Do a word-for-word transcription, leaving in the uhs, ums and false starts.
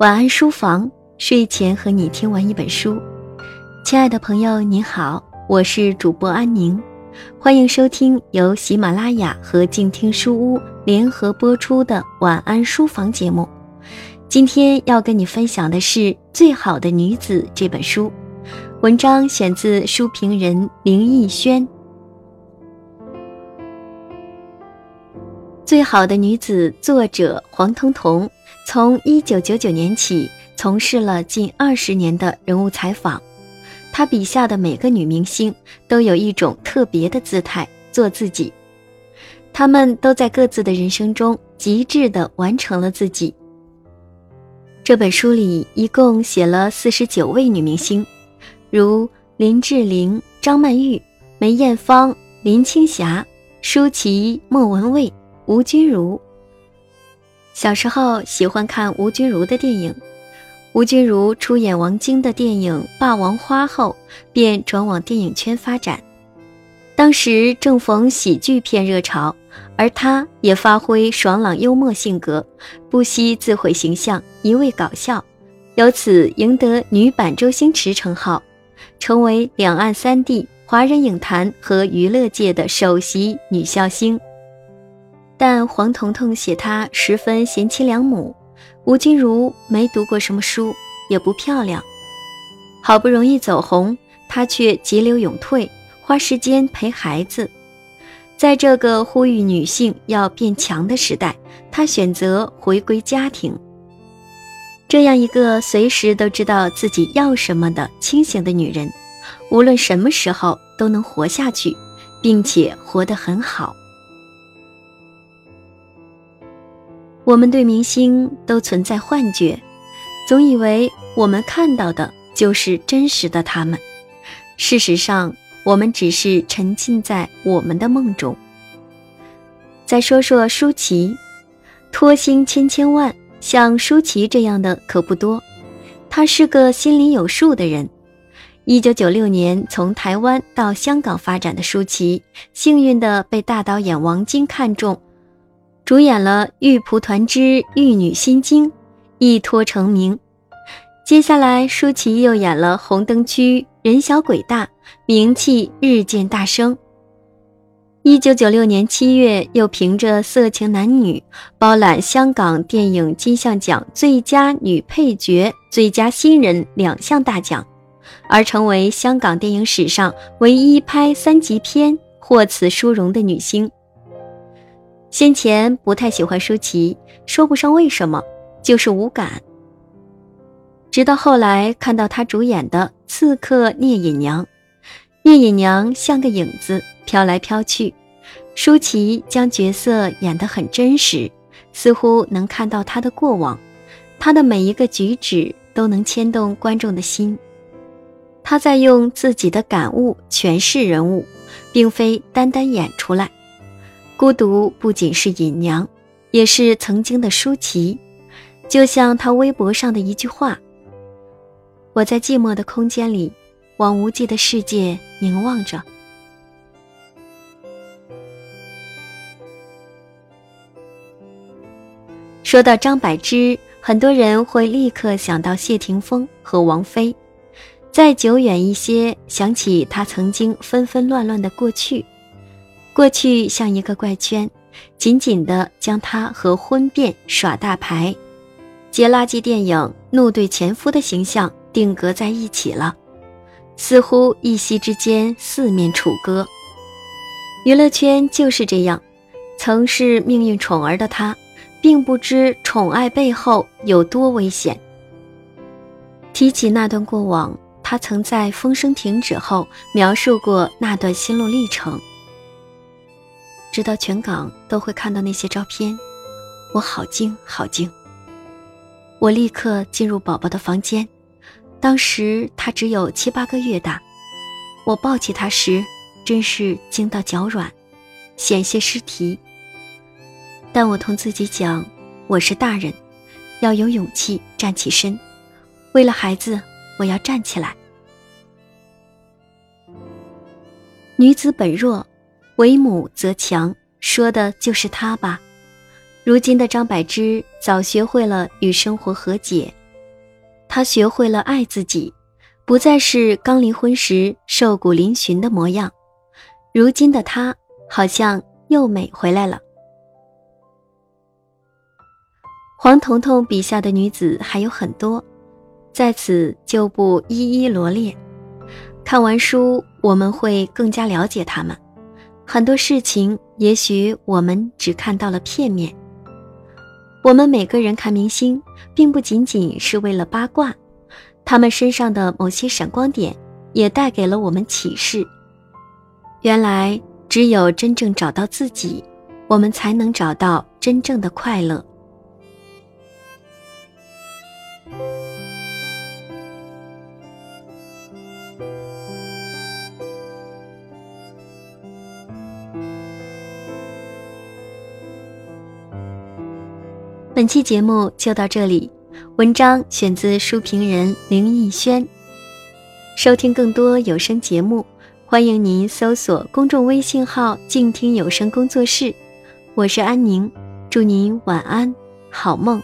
晚安书房，睡前和你听完一本书。亲爱的朋友您好，我是主播安宁，欢迎收听由喜马拉雅和静听书屋联合播出的晚安书房节目。今天要跟你分享的是《最好的女子》这本书，文章选自书评人林奕轩。最好的女子作者黄彤彤从一九九九年起从事了近二十年的人物采访，她笔下的每个女明星都有一种特别的姿态，做自己。她们都在各自的人生中极致地完成了自己。这本书里一共写了四十九位女明星，如林志玲、张曼玉、梅艳芳、林青霞、舒淇、莫文蔚、吴君如。小时候喜欢看吴君如的电影，吴君如出演王晶的电影《霸王花》后，便转往电影圈发展。当时正逢喜剧片热潮，而她也发挥爽朗幽默性格，不惜自毁形象，一味搞笑，由此赢得女版周星驰称号，成为两岸三地华人影坛和娱乐界的首席女笑星。但黄彤彤写她十分贤妻良母，吴君如没读过什么书，也不漂亮，好不容易走红，她却急流勇退，花时间陪孩子。在这个呼吁女性要变强的时代，她选择回归家庭。这样一个随时都知道自己要什么的清醒的女人，无论什么时候都能活下去，并且活得很好。我们对明星都存在幻觉，总以为我们看到的就是真实的他们。事实上，我们只是沉浸在我们的梦中。再说说舒淇，脱星千千万，像舒淇这样的可不多。她是个心里有数的人。一九九六年从台湾到香港发展的舒淇，幸运地被大导演王晶看中，主演了《玉蒲团之玉女心经》，一脱成名。接下来舒淇又演了《红灯区》《人小鬼大》，名气日渐大升。一九九六年七月，又凭着《色情男女》包揽香港电影金像奖最佳女配角、最佳新人两项大奖，而成为香港电影史上唯一拍三级片获此殊荣的女星。先前不太喜欢舒淇，说不上为什么，就是无感。直到后来看到她主演的《刺客聂隐娘》，聂隐娘像个影子飘来飘去，舒淇将角色演得很真实，似乎能看到她的过往，她的每一个举止都能牵动观众的心。她在用自己的感悟诠释人物，并非单单演出来。孤独不仅是隐娘，也是曾经的舒淇。就像她微博上的一句话：我在寂寞的空间里，往无际的世界凝望着。说到张柏芝，很多人会立刻想到谢霆锋和王菲，再久远一些，想起她曾经纷纷乱乱的过去。过去像一个怪圈，紧紧地将她和婚变、耍大牌、接垃圾电影、怒对前夫的形象定格在一起了，似乎一夕之间四面楚歌。娱乐圈就是这样，曾是命运宠儿的她，并不知宠爱背后有多危险。提起那段过往，她曾在风声停止后描述过那段心路历程。直到全港都会看到那些照片，我好惊好惊。我立刻进入宝宝的房间，当时他只有七八个月大，我抱起他时真是惊到脚软，险些失蹄。但我同自己讲，我是大人，要有勇气站起身，为了孩子，我要站起来。女子本弱，为母则强，说的就是她吧。如今的张柏芝早学会了与生活和解， 他学会了爱自己，不再是刚离婚时瘦骨嶙峋的模样，如今的他好像又美回来了。黄彤彤笔下的女子还有很多，在此就不一一罗列。看完书，我们会更加了解她们。很多事情，也许我们只看到了片面。我们每个人看明星，并不仅仅是为了八卦，他们身上的某些闪光点，也带给了我们启示。原来，只有真正找到自己，我们才能找到真正的快乐。本期节目就到这里，文章选自书评人林逸轩。收听更多有声节目，欢迎您搜索公众微信号静听有声工作室。我是安宁，祝您晚安，好梦。